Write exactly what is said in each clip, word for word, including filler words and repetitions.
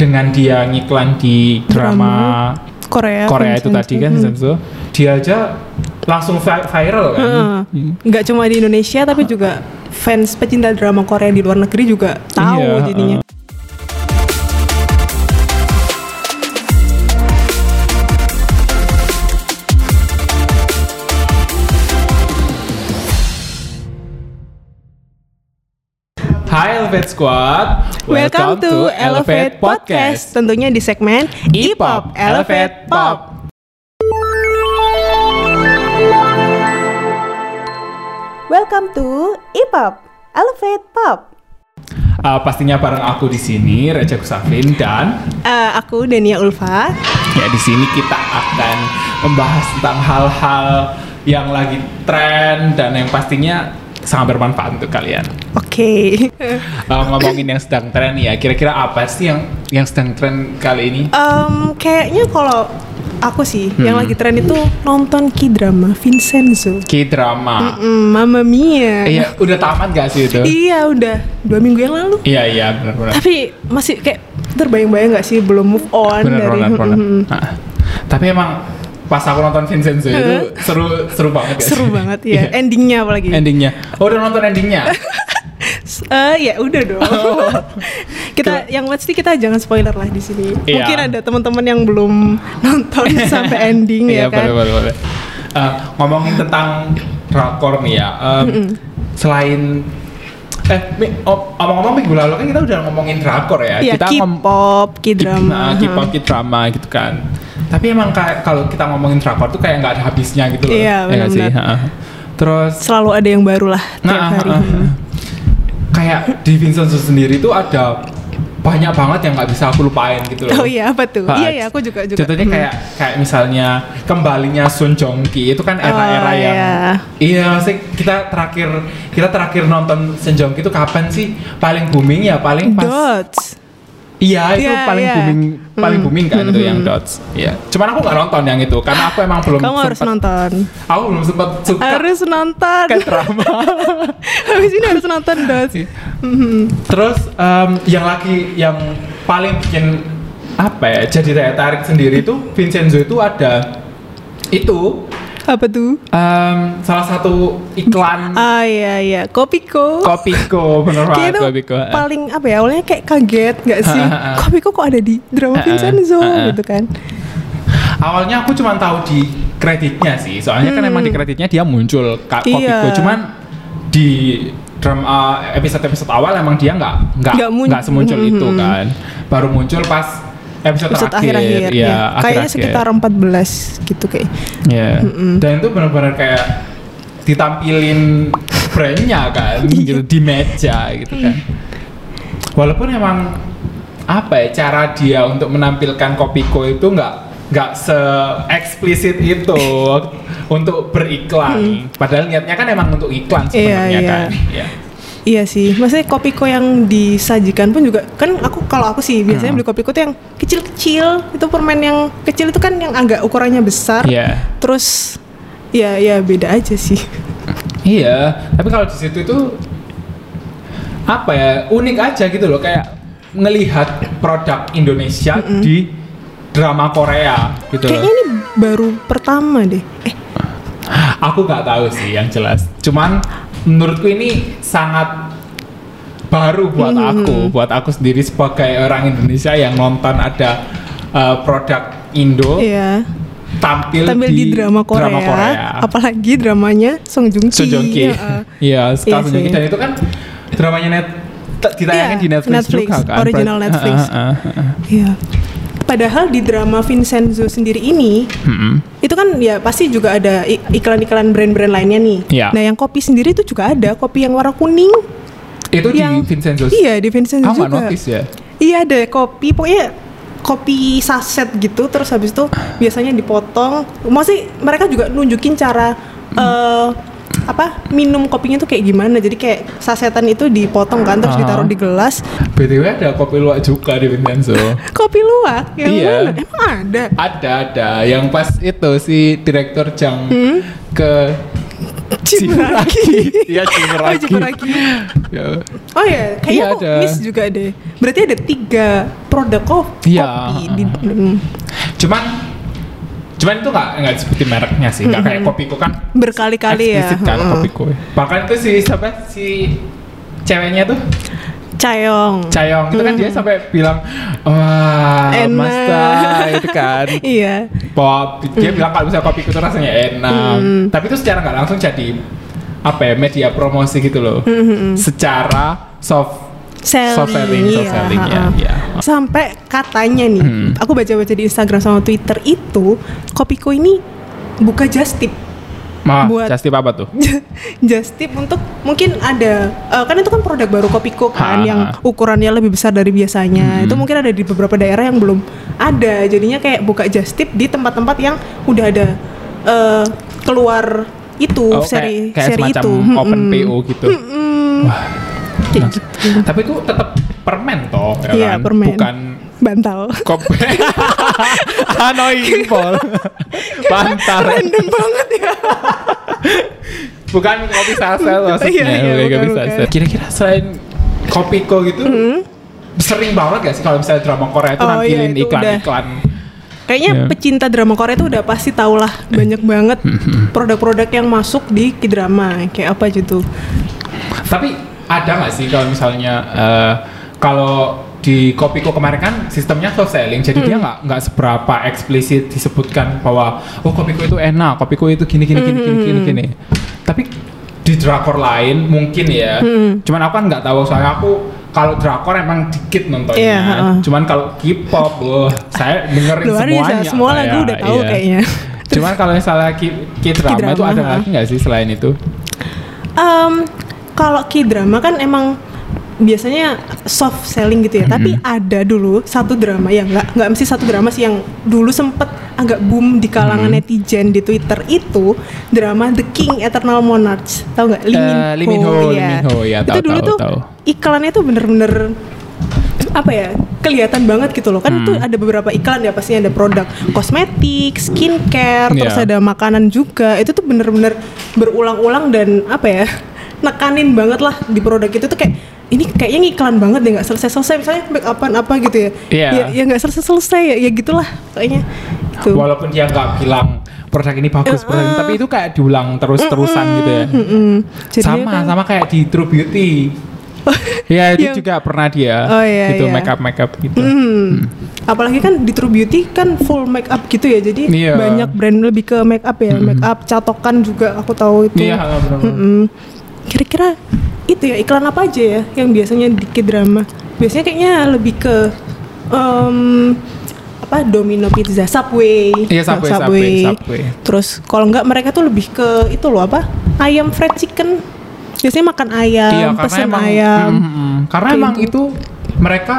dengan dia ngiklan di drama, drama Korea Korea itu tadi kan Vincenzo, dia aja langsung vi- viral kan. Hmm. Nggak cuma di Indonesia tapi juga fans pecinta drama Korea di luar negeri juga tahu iya, jadinya. Uh. Hai Elevate Squad, welcome, welcome to Elevate Podcast. Podcast. Tentunya di segmen E-pop Elevate Pop. Welcome to E-pop Elevate Pop. Uh, pastinya bareng aku di sini Reja Kusafin dan uh, aku Dania Ulfa. Ya, di sini kita akan membahas tentang hal-hal yang lagi tren dan yang pastinya sangat bermanfaat untuk kalian. Oke. Okay. uh, ngomongin yang sedang tren ya, kira-kira apa sih yang yang sedang tren kali ini? Um, kayaknya kalau aku sih hmm. yang lagi tren itu nonton K-drama Vincenzo. K-drama. Mm-mm, Mamma Mia. Iya, udah tamat gak sih itu? Iya, udah dua minggu yang lalu. Iya iya benar-benar. Tapi masih kayak terbayang-bayang gak sih belum move on bener, dari. Bener, bener. Nah, tapi emang pas aku nonton Vincenzo itu seru seru banget gak seru sih? banget ya. Yeah. Endingnya apalagi. Endingnya. Oh, udah nonton endingnya? Uh, ya udah dong. Oh. Kita yang pasti kita jangan spoiler lah di sini. Yeah. Mungkin ada teman-teman yang belum nonton sampai ending ya kan. Iya, boleh boleh. Uh, ngomongin tentang drakor nih ya. Um, mm-hmm. Selain eh oh, omong-omong minggu lalu kan kita udah ngomongin drakor ya. Yeah, kita K-pop, ngom- K-drama. Nah, K-pop, K-drama gitu kan. Tapi emang kayak kalau kita ngomongin drakor tuh kayak nggak ada habisnya gitu loh. Iya, ya sih. Terus selalu ada yang baru lah tiap nah, hari. Uh, uh, kayak di Vincenzo sendiri tuh ada banyak banget yang nggak bisa aku lupain gitu loh. Oh iya, apa tuh? Uh, iya ya, aku juga juga. Contohnya hmm. kayak kayak misalnya kembalinya Sun Joong Ki itu kan era-era oh, yang iya. iya sih kita terakhir kita terakhir nonton Sun Joong Ki itu kapan sih paling booming ya paling pas. Dots. Iya itu yeah, paling yeah. booming paling mm. booming kan mm-hmm. itu yang Dots. Iya. Cuman aku nggak nonton yang itu karena aku emang belum. Kamu harus nonton. Aku belum sempat suka. Harus nonton. Kayak drama. Habis ini harus nonton Dots. Mm-hmm. Terus um, yang lagi yang paling bikin apa ya jadi daya tarik sendiri itu Vincenzo itu ada itu. Apa tuh? Um, salah satu iklan. Ah iya iya, Kopiko. Kopiko, bener banget Kopiko. Paling apa ya? Awalnya kayak kaget nggak sih? Kopiko kok ada di drama Vincenzo gitu kan? Awalnya aku cuma tahu di kreditnya sih, soalnya hmm. kan emang di kreditnya dia muncul Ka- Kopiko, iya. Cuman di drama episode-episode awal emang dia nggak nggak nggak semuncul hmm. itu kan, baru muncul pas episode, episode terakhir, akhir-akhir ya, ya. Kayaknya sekitar empat belas gitu kayak. Ya. Yeah. Dan itu benar-benar kayak ditampilin brandnya kan, gitu di meja gitu kan. Walaupun emang apa ya cara dia untuk menampilkan Kopiko itu nggak nggak se-eksplisit itu untuk beriklan. Padahal niatnya kan emang untuk iklan sebenarnya yeah, kan. Yeah. Ya. Iya sih, maksudnya Kopiko yang disajikan pun juga kan aku kalau aku sih biasanya beli Kopiko tuh yang kecil-kecil, itu permen yang kecil itu kan yang agak ukurannya besar, yeah. terus ya ya beda aja sih. Iya, tapi kalau di situ itu apa ya unik aja gitu loh, kayak ngelihat produk Indonesia mm-hmm. di drama Korea gitu. Kayaknya ini baru pertama deh. Eh, aku nggak tahu sih yang jelas, cuman menurutku ini sangat baru buat hmm. aku, buat aku sendiri sebagai orang Indonesia yang nonton ada uh, produk Indo yeah. tampil, tampil di, di drama, Korea, drama Korea, apalagi dramanya Song Joong Ki. Song Joong Ki, iya, uh, Song Joong Ki dan itu kan dramanya net ditayangin yeah, di Netflix, Netflix juga kan, original Netflix. Iya. Uh, uh, uh, uh. yeah. Padahal di drama Vincenzo sendiri ini, mm-hmm. itu kan ya pasti juga ada iklan-iklan brand-brand lainnya nih. Yeah. Nah yang kopi sendiri itu juga ada, kopi yang warna kuning. Itu yang, di Vincenzo? Iya di Vincenzo oh, juga. Notice ya? Iya ada kopi, pokoknya kopi saset gitu, terus habis itu biasanya dipotong. Maksudnya mereka juga nunjukin cara mm. uh, apa minum kopinya tuh kayak gimana, jadi kayak sasetan itu dipotong kan terus uh-huh. ditaruh di gelas. B T W ada kopi luwak juga di Vincenzo. Kopi luwak? Yang iya. mana? Emang ada? Ada ada yang pas itu si direktur Jang hmm? ke Ciburagi. Iya, Ciburagi. Oh, Ciburagi. Ya. Oh ya, kayaknya Iya, aku ada. miss juga deh. Berarti ada tiga produk kopi Iya. di hmm, Cuman cuman itu nggak nggak sebutin mereknya sih, nggak kayak Kopiko kan berkali-kali ya. eksplisit kan Heeh. Kopiko. Bahkan itu si siapa si ceweknya tuh Cayong. Cayong itu kan dia sampai bilang wah Enak. Masta itu kan Iya. pop dia bilang kalau misalnya Kopiko itu rasanya enak, tapi itu secara nggak langsung jadi apa ya media promosi gitu loh, secara soft Selling, soft selling, soft iya, selling ya, ha-ha. ya. Sampai katanya nih, Hmm. aku baca-baca di Instagram sama Twitter itu, Kopiko ini buka just tip. Mah, Buat- just tip apa tuh? Just tip untuk mungkin ada eh, kan itu kan produk baru Kopiko kan Ha, yang ha. ukurannya lebih besar dari biasanya. Hmm. Itu mungkin ada di beberapa daerah yang belum ada. Jadinya kayak buka just tip di tempat-tempat yang udah ada eh, keluar itu Oh, seri kayak, kayak seri semacam itu. open Mm-mm. P O gitu. Mm-mm. Wah, Kayak nah, gitu. tapi itu tetap permen toh, ya Iya, kan? permen. Bukan Bantal. kopi. Annoying Paul. Bantar. Random banget ya. Bukan kopi saset maksudnya. Iya, iya, bukan bukan, kopi bukan. saset. Kira-kira selain Kopiko gitu, sering banget gak sih kalau misalnya drama Korea itu Oh, iya, nampilin itu iklan-iklan? Kayaknya Iya. pecinta drama Korea itu udah pasti tau lah banyak banget produk-produk yang masuk di K-drama kayak apa gitu. Tapi ada nggak sih kalau misalnya eh, kalau di Kopiko kemarin kan sistemnya soft selling, jadi dia nggak nggak seberapa eksplisit disebutkan bahwa oh Kopiko itu enak, Kopiko itu gini gini gini gini gini gini. Tapi di drakor lain mungkin ya, cuman aku kan nggak tahu soalnya aku kalau drakor emang dikit nontonnya. Iya, heeh. Cuman kalau K-pop, wah saya dengerin Luar biasa, semuanya. semua saya, lagu udah tahu iya. kayaknya. Cuman kalau misalnya K- K-drama itu K-drama, ada ha. lagi nggak sih selain itu? Em, kalau K-drama kan emang biasanya soft selling gitu ya, tapi ada dulu satu drama ya nggak nggak mesti satu drama sih yang dulu sempet agak boom di kalangan netizen di Twitter itu drama The King Eternal Monarchs, tahu nggak? Lee Min Eh, Ho, Lee Min Ho, ya. Lee Min Ho, ya, Itu tahu, dulu tahu, tuh tahu. iklannya tuh bener-bener apa ya kelihatan banget gitu loh kan. Itu ada beberapa iklan ya, pastinya ada produk kosmetik, skincare, terus Iya. ada makanan juga. Itu tuh bener-bener berulang-ulang dan apa ya nekanin banget lah di produk itu tuh kayak ini kayaknya iklan banget deh nggak selesai-selesai, misalnya make upan apa gitu ya. Iya. Ya ya nggak selesai-selesai ya, ya gitulah kayaknya. Tuh. Walaupun dia nggak bilang produk ini bagus, produk ini, tapi itu kayak diulang terus-terusan gitu ya. Mm-mm. Jadinya Sama kan- sama kayak di True Beauty. Ya itu Yang- juga pernah dia Oh, iya, gitu iya. make up make up gitu. Hmm. Apalagi kan di True Beauty kan full make up gitu ya, jadi Iya. banyak brand lebih ke make up ya, make up catokan juga aku tahu itu. Iya, benar. Mm-mm. Kira-kira itu ya iklan apa aja ya yang biasanya di K-drama? Biasanya kayaknya lebih ke em, apa Domino Pizza, Subway. Iya, Subway, Nah, Subway, Subway. Terus kalau enggak mereka tuh lebih ke itu loh apa? Ayam fried chicken. Biasanya makan ayam, Iya, karena pesen emang ayam. mm, mm, karena Kayak emang gitu. itu mereka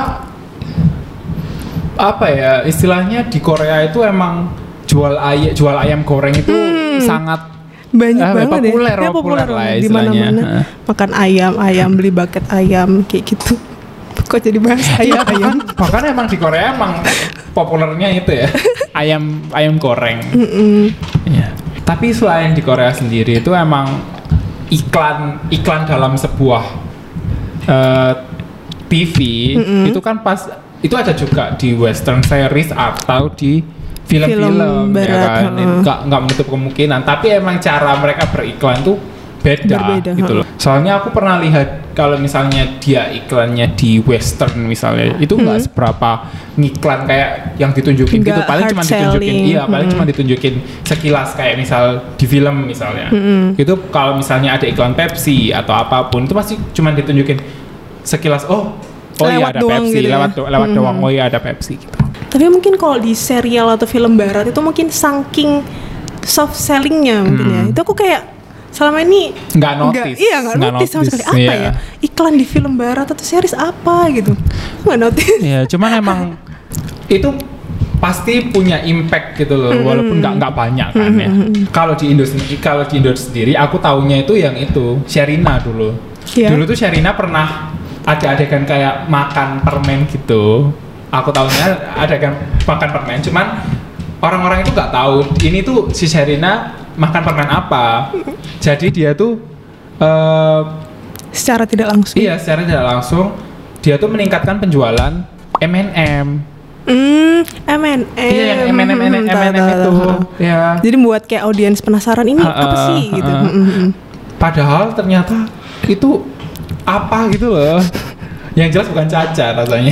apa ya istilahnya di Korea itu emang jual ayam jual ayam goreng itu sangat Banyak Ah, banget populer, ya, Ya, populer lah di istilahnya. mana-mana. Heeh. Makan ayam, ayam beli bucket ayam kayak gitu. Kok jadi bahas ayam ayam? bahkan, bahkan emang di Korea emang populernya itu ya ayam ayam goreng. Iya. Tapi selain di Korea sendiri itu emang iklan iklan dalam sebuah eh, T V itu kan pas itu ada juga di western series atau di film-film Film ya barat, kan. heeh. nggak nggak menutup kemungkinan, tapi emang cara mereka beriklan tuh beda, Berbeda, gitu heeh. loh. Soalnya aku pernah lihat kalau misalnya dia iklannya di western misalnya itu nggak seberapa ngiklan kayak yang ditunjukin gitu, Nggak paling hard cuma ditunjukin selling. iya paling cuma ditunjukin sekilas kayak misal di film misalnya. Itu kalau misalnya ada iklan Pepsi atau apapun itu pasti cuma ditunjukin sekilas oh oh iya Lewat ada doang Pepsi gitu ya. lewat do- lewat doang oh iya ada Pepsi gitu. Tapi mungkin kalau di serial atau film barat itu mungkin saking soft sellingnya mungkin ya. Itu aku kayak selama ini Nggak notice. iya nggak Nggak notice sama notice, sekali apa iya. ya iklan di film barat atau series apa gitu nggak notice. Ya cuman emang itu pasti punya impact gitu loh, walaupun nggak nggak banyak kan ya. Kalau di Indo sendiri, kalau di Indo sendiri, aku taunya itu yang itu Sherina dulu. Iya. Dulu tuh Sherina pernah ada adegan kayak makan permen gitu. Aku taunya adegan makan permen, cuman orang-orang itu nggak tahu ini tuh si Sherina makan permen apa. Jadi dia tuh uh, secara tidak langsung. Iya, secara tidak langsung dia tuh meningkatkan penjualan M and M. Hmm, M and M. Iya, yang M and M, M and M itu. Ya. Jadi buat kayak audiens penasaran ini Ha-ha, apa sih gitu. ha-ha. Mm-mm. Padahal ternyata itu apa gitu loh. Yang jelas bukan caca rasanya.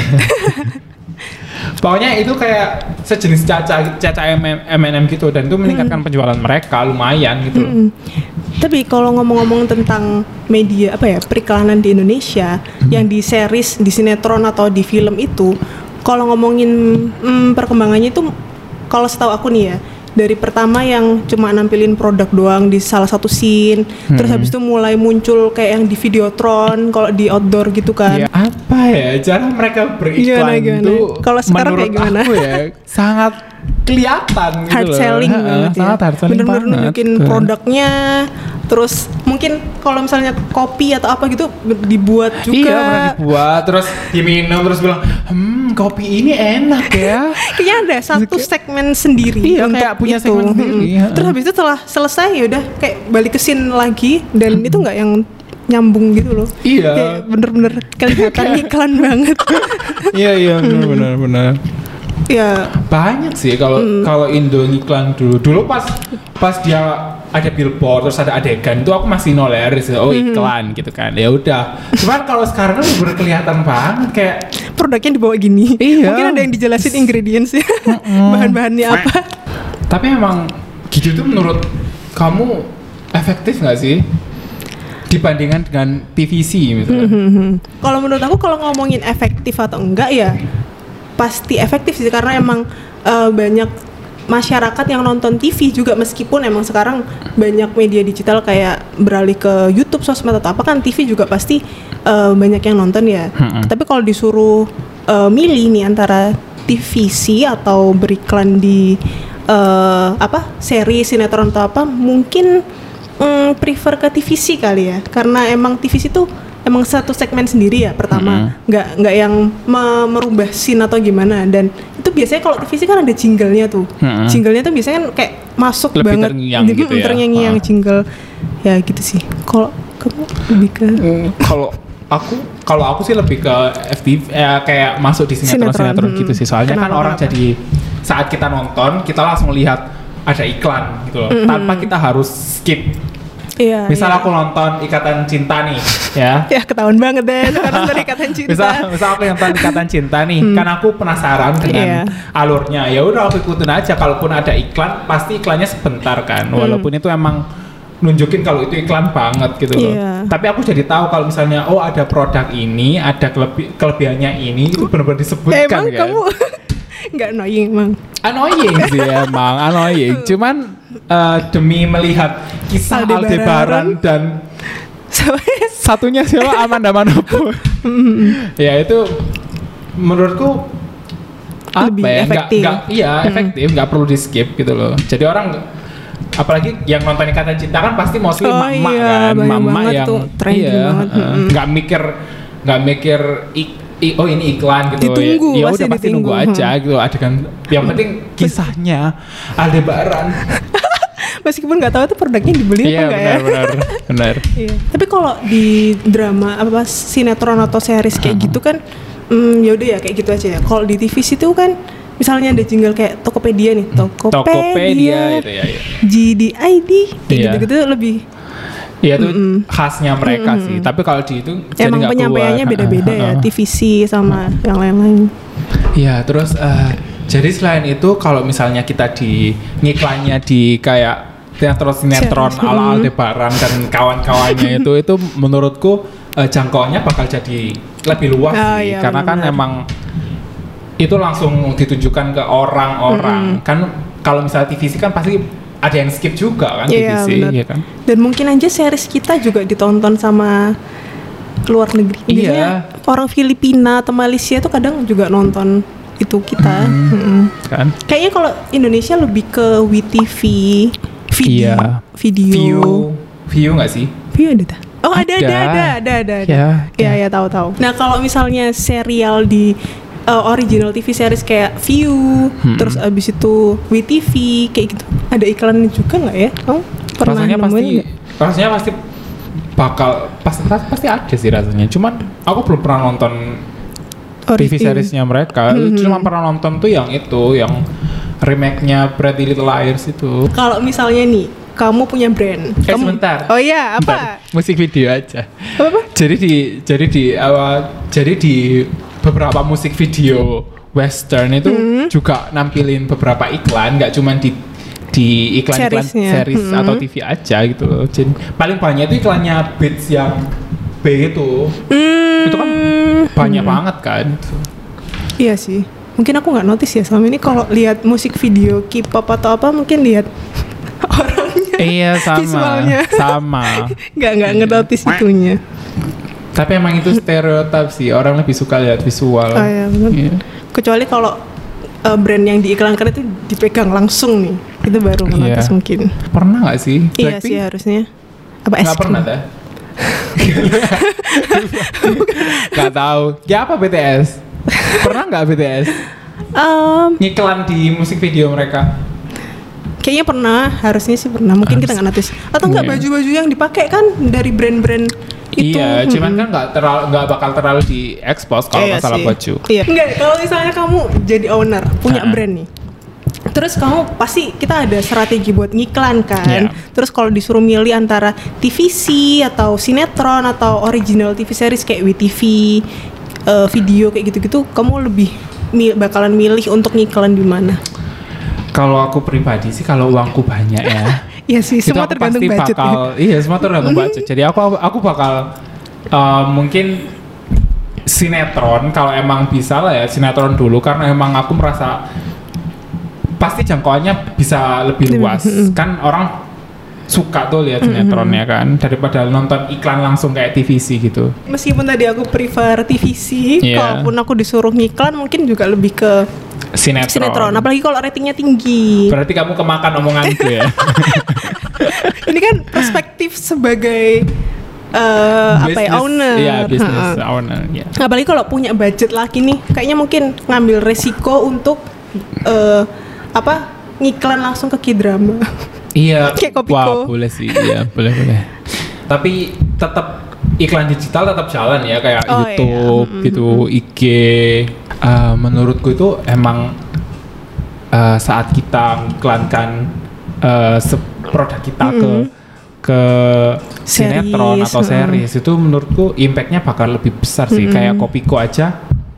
Pokoknya itu kayak sejenis caca caca M and M gitu dan itu meningkatkan hmm. penjualan mereka lumayan gitu. Hmm. Tapi kalau ngomong-ngomong tentang media apa ya periklanan di Indonesia hmm. yang di series, di sinetron atau di film itu, kalau ngomongin hmm, perkembangannya itu, kalau setahu aku nih ya, dari pertama yang cuma nampilin produk doang di salah satu scene, hmm. terus habis itu mulai muncul kayak yang di Videotron, kalau di outdoor gitu kan. Ya, apa ya cara mereka beriklan itu? Kalau sekarang kayak gimana? Aku ya sangat kelihatan gitu hard loh. selling Ha, banget sangat ya. hard selling Bener-bener banget. nunjukin produknya, terus mungkin kalau misalnya kopi atau apa gitu dibuat juga. Iya, pernah dibuat, terus diminum, terus bilang, hmm kopi ini enak ya. Kayaknya ada satu segmen sendiri. Iya, untuk kayak punya itu. segmen sendiri. Hmm. Terus habis itu setelah selesai ya udah kayak balik ke scene lagi dan itu nggak yang nyambung gitu loh. Iya. Kayak bener-bener kelihatan iklan banget. Iya iya benar benar. Ya banyak sih kalau mm. kalau Indo iklan dulu dulu pas pas dia ada billboard terus ada adegan itu aku masih noleris oh iklan mm. gitu kan ya udah. Cuman kalau sekarang kan udah kelihatan banget kayak produknya dibawa gini. Iya. Mungkin ada yang dijelasin ingredientsnya, bahan-bahannya apa. Tapi emang gitu tuh menurut kamu efektif nggak sih? Dibandingkan dengan T V C misalnya. Mm-hmm. Kalau menurut aku kalau ngomongin efektif atau enggak ya pasti efektif sih karena emang uh, banyak masyarakat yang nonton T V juga meskipun emang sekarang banyak media digital kayak beralih ke YouTube, sosmed atau apa kan T V juga pasti uh, banyak yang nonton ya. Mm-hmm. Tapi kalau disuruh uh, milih nih antara T V C atau beriklan di uh, apa seri sinetron atau apa mungkin Hmm, prefer ke T V C kali ya karena emang T V C tuh emang satu segmen sendiri ya pertama mm-hmm. nggak nggak yang me- merubah scene atau gimana dan itu biasanya kalau T V C kan ada jinglenya tuh mm-hmm. jinglenya tuh biasanya kan kayak masuk lebih banget terngiang di, gitu ya terngiang uh. jingle ya gitu sih kalau kamu lebih ke mm, kalau aku kalau aku sih lebih ke F T V eh, kayak masuk di sinetron sinetron hmm. gitu sih soalnya kenapa, kan orang kenapa? Jadi saat kita nonton kita langsung lihat ada iklan gitu loh mm-hmm. tanpa kita harus skip. Iya, misal iya. aku nonton Ikatan Cinta nih, ya. Ya ketahuan banget deh nonton Ikatan Cinta. misal, misal aku nonton Ikatan Cinta nih, hmm. kan aku penasaran dengan iya. alurnya. Ya udah aku ikutin aja. Kalaupun ada iklan, pasti iklannya sebentar kan. Hmm. Walaupun itu emang nunjukin kalau itu iklan banget gitu loh. Iya. Tapi aku jadi tahu kalau misalnya oh ada produk ini, ada kelebi- kelebihannya ini, itu benar-benar disebutkan emang kan. Kamu nggak annoying emang? Annoying sih emang, annoying. Cuman uh, demi melihat kisah Aldebaran, Aldebaran dan satunya siapa Amanda Manopo. Ya itu menurutku lebih apa ya? Efektif. Nggak, nggak, iya hmm. efektif, nggak perlu di skip gitu loh. Jadi orang apalagi yang nonton Ikatan Cinta kan pasti mostly oh, mama iya, kan, mama yang tuh, iya, nggak uh, mikir nggak mikir ik, I, oh ini iklan gitu ditunggu, ya, ya udah pasti nunggu aja hmm. gitu adegan yang penting kisahnya Aldebaran meskipun nggak tahu itu produknya dibeli iya, apa nggak ya benar benar iya. Tapi kalau di drama apa sinetron atau series kayak uh-huh. gitu kan hmm, ya udah ya kayak gitu aja ya kalau di T V C itu kan misalnya ada jingle kayak Tokopedia nih Tokopedia, Tokopedia itu ya, ya. G D I D kayak iya. gitu-gitu lebih iya itu mm-mm. khasnya mereka mm-mm. sih. Tapi kalau di itu emang penyampaiannya keluar. Beda-beda ya, T V C sama mm. yang lain-lain. Iya, terus uh, jadi selain itu kalau misalnya kita di ngiklannya di kayak sinetron-sinetron ala Aldebaran dan kawan-kawannya itu itu menurutku uh, jangkauannya bakal jadi lebih luas oh, sih. Iya, karena benar. Kan emang itu langsung ditujukan ke orang-orang. Mm-hmm. Kan kalau misalnya T V C kan pasti ada yang skip juga kan yeah, T V C ya kan. Dan mungkin aja series kita juga ditonton sama luar negeri. Biasanya yeah. orang Filipina atau Malaysia tuh kadang juga nonton itu kita. Hmm. Hmm. Kan? Kayaknya kalau Indonesia lebih ke W T V, video, yeah. video. View, view nggak sih? View ada tak? Oh ada ada ada ada ada ada. Ya ya, ya, ya tahu tahu. Nah kalau misalnya serial di uh, original T V series kayak View, hmm. terus abis itu W T V kayak gitu. Ada iklannya juga nggak ya? Kamu pernah rasanya nemuin pasti, gak? rasanya pasti bakal pasti pasti ada sih rasanya. Cuman aku belum pernah nonton T V seriesnya mereka. Mm-hmm. Cuma pernah nonton tuh yang itu, yang remake-nya Pretty Little Liars itu. Kalau misalnya nih kamu punya brand. Eh kamu... sebentar. Oh iya, apa? Bentar. Musik video aja. Apa? apa? Jadi di jadi di awal jadi di beberapa musik video western itu hmm. juga nampilin beberapa iklan, nggak cuma di di iklan-iklan series hmm. atau T V aja gitu loh. Jadi paling banyak itu iklannya Beats yang B itu. Hmm. Itu kan banyak hmm. banget kan. Iya sih. Mungkin aku nggak notice ya selama ini kalau lihat musik video K-pop atau apa mungkin lihat orangnya. Iya sama. Visualnya. Sama. Nggak nggak ngenotice itunya. Tapi emang itu stereotip sih, orang lebih suka lihat visual. Oh iya benar. Yeah. Kecuali kalau uh, brand yang diiklankan itu dipegang langsung nih, itu baru ngenotice yeah. mungkin. Pernah nggak sih? Iya sih harusnya. Apa es krim? Nggak pernah dah. Nggak tahu. Ya apa B T S? Pernah nggak B T S? Um, Ngiklan di musik video mereka? Kayaknya pernah, harusnya sih pernah. Mungkin Harus. kita nggak notice. Atau nggak yeah. baju-baju yang dipakai kan dari brand-brand itu. Iya, hmm. cuman kan nggak terlalu nggak bakal terlalu diekspos kalau iya masalah sih. baju. Iya. Enggak, kalau misalnya kamu jadi owner, punya uh-huh. brand nih. Terus kamu pasti kita ada strategi buat ngiklan kan. Yeah. Terus kalau disuruh milih antara T V C atau sinetron atau original T V series kayak W T V, uh, video kayak gitu-gitu, kamu lebih mil- bakalan milih untuk ngiklan di mana? Kalau aku pribadi sih kalau uangku banyak ya. Iya sih, semua tergantung budget. Bakal, iya, semua tergantung budget. Jadi aku aku bakal uh, mungkin sinetron kalau emang bisa lah ya, sinetron dulu karena emang aku merasa pasti jangkauannya bisa lebih luas. Kan orang suka tuh lihat sinetron ya kan daripada nonton iklan langsung kayak T V C gitu. Meskipun tadi aku prefer T V C, yeah. kalaupun aku disuruh ngiklan mungkin juga lebih ke sinetron. Sinetron, apalagi kalau ratingnya tinggi. Berarti kamu kemakan omonganku ya. Ini kan perspektif sebagai uh, apa ya owner. Iya, business ha-ha. owner. Yeah. Apalagi kalau punya budget lagi nih, kayaknya mungkin ngambil resiko untuk uh, apa ngiklan langsung ke K-drama. Iya. Kayak Kopiko. Wah, boleh sih. Iya, boleh boleh. Tapi tetap iklan digital tetap jalan ya kayak oh, YouTube iya. gitu, I G. Uh, menurutku itu emang uh, saat kita mengiklankan uh, produk kita mm-hmm. ke ke sinetron atau series uh. itu menurutku impactnya bakal lebih besar sih. Mm-hmm. Kayak Kopiko aja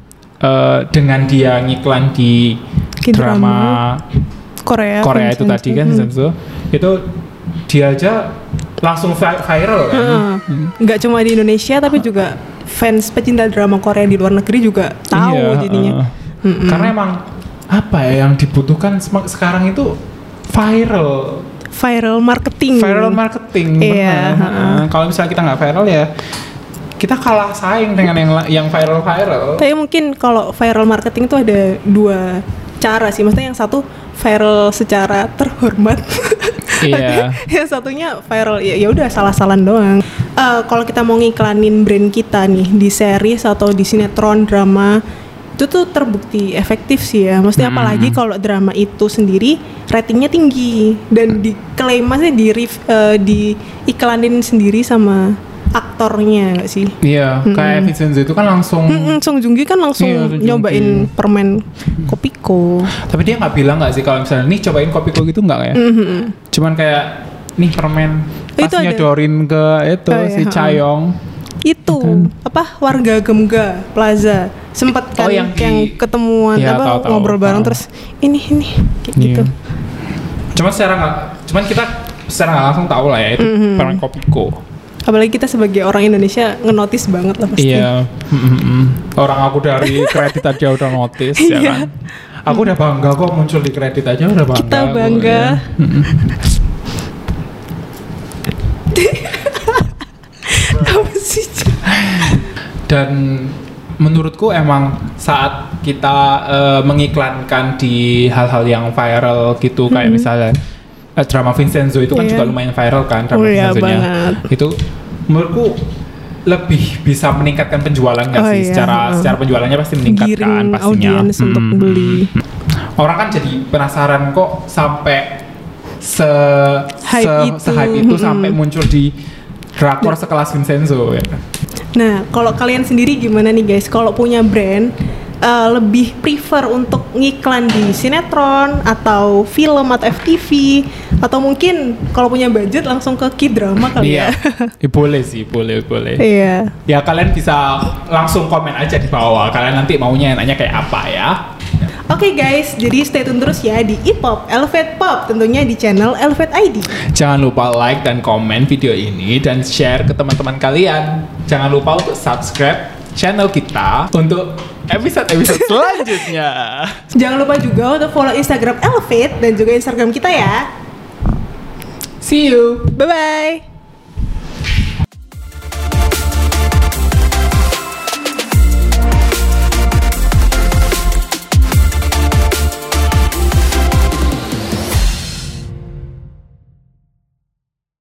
uh, dengan dia ngiklan di drama Korea Korea itu tadi kan mm-hmm. itu dia aja langsung viral kan. Uh, nggak cuma di Indonesia tapi juga fans pecinta drama Korea di luar negeri juga tahu iya, jadinya. Uh, karena emang apa ya yang dibutuhkan sekarang itu viral. Viral marketing. Viral marketing. Iya. Uh, kalau misalnya kita nggak viral ya kita kalah saing dengan yang yang viral-viral. Tapi mungkin kalau viral marketing itu ada dua cara sih. Maksudnya yang satu viral secara terhormat. Iya. Yang satunya viral ya ya udah salah-salan doang. Uh, kalau kita mau ngiklanin brand kita nih di series atau di sinetron drama itu tuh terbukti efektif sih ya. Maksudnya hmm. apalagi kalau drama itu sendiri ratingnya tinggi dan diklaim maksudnya di uh, di iklanin sendiri sama aktornya nggak sih? Iya, mm-hmm. kayak Vincenzo itu kan langsung mm-hmm, Song Joong Ki kan langsung iya, nyobain permen Kopiko. Tapi dia nggak bilang nggak sih kalau misalnya nih cobain Kopiko gitu nggak ya? Mm-hmm. Cuman kayak nih permen pas oh, nyodorin ke itu oh, si iya, Chaeyoung. Itu kan. Apa warga Gemga Plaza sempat kan oh, yang, yang di, ketemuan ya, apa tahu, ngobrol tahu, bareng tahu. Terus ini ini kayak yeah. gitu. Cuman secara nggak, cuman kita secara nggak langsung tahu lah ya itu mm-hmm. permen Kopiko. Apalagi kita sebagai orang Indonesia ngenotis banget lah pasti. Iya. Mm-hmm. Orang aku dari kredit aja udah notice ya kan. Aku udah bangga kok muncul di kredit aja udah bangga. Kita bangga. Aku, ya. Apa sih? Dan menurutku emang saat kita uh, mengiklankan di hal-hal yang viral gitu kayak mm-hmm. misalnya drama Vincenzo itu kan yeah. juga lumayan viral kan drama oh, Vincenzo-nya. Iya, itu menurutku lebih bisa meningkatkan penjualan nggak Oh sih? iya, Secara uh. secara penjualannya pasti meningkat Giring kan pastinya. audiens untuk beli. Orang kan jadi penasaran kok sampai se Hype se, itu. se-hype itu Mm-mm. sampai muncul di drakor sekelas Vincenzo ya. Nah, kalau kalian sendiri gimana nih guys? Kalau punya brand, uh, lebih prefer untuk ngiklan di sinetron atau film atau F T V, atau mungkin kalau punya budget langsung ke K-drama kali Iya. ya? Eh, boleh sih, boleh boleh. Iya. Ya kalian bisa langsung komen aja di bawah. Kalian nanti maunya nanya kayak apa ya? Oke guys, jadi stay tune terus ya di E-pop, Elevate Pop, tentunya di channel Elevate I D. Jangan lupa like dan komen video ini dan share ke teman-teman kalian. Jangan lupa untuk subscribe channel kita untuk episode-episode selanjutnya. Jangan lupa juga untuk follow Instagram Elevate dan juga Instagram kita ya. See you. Bye-bye.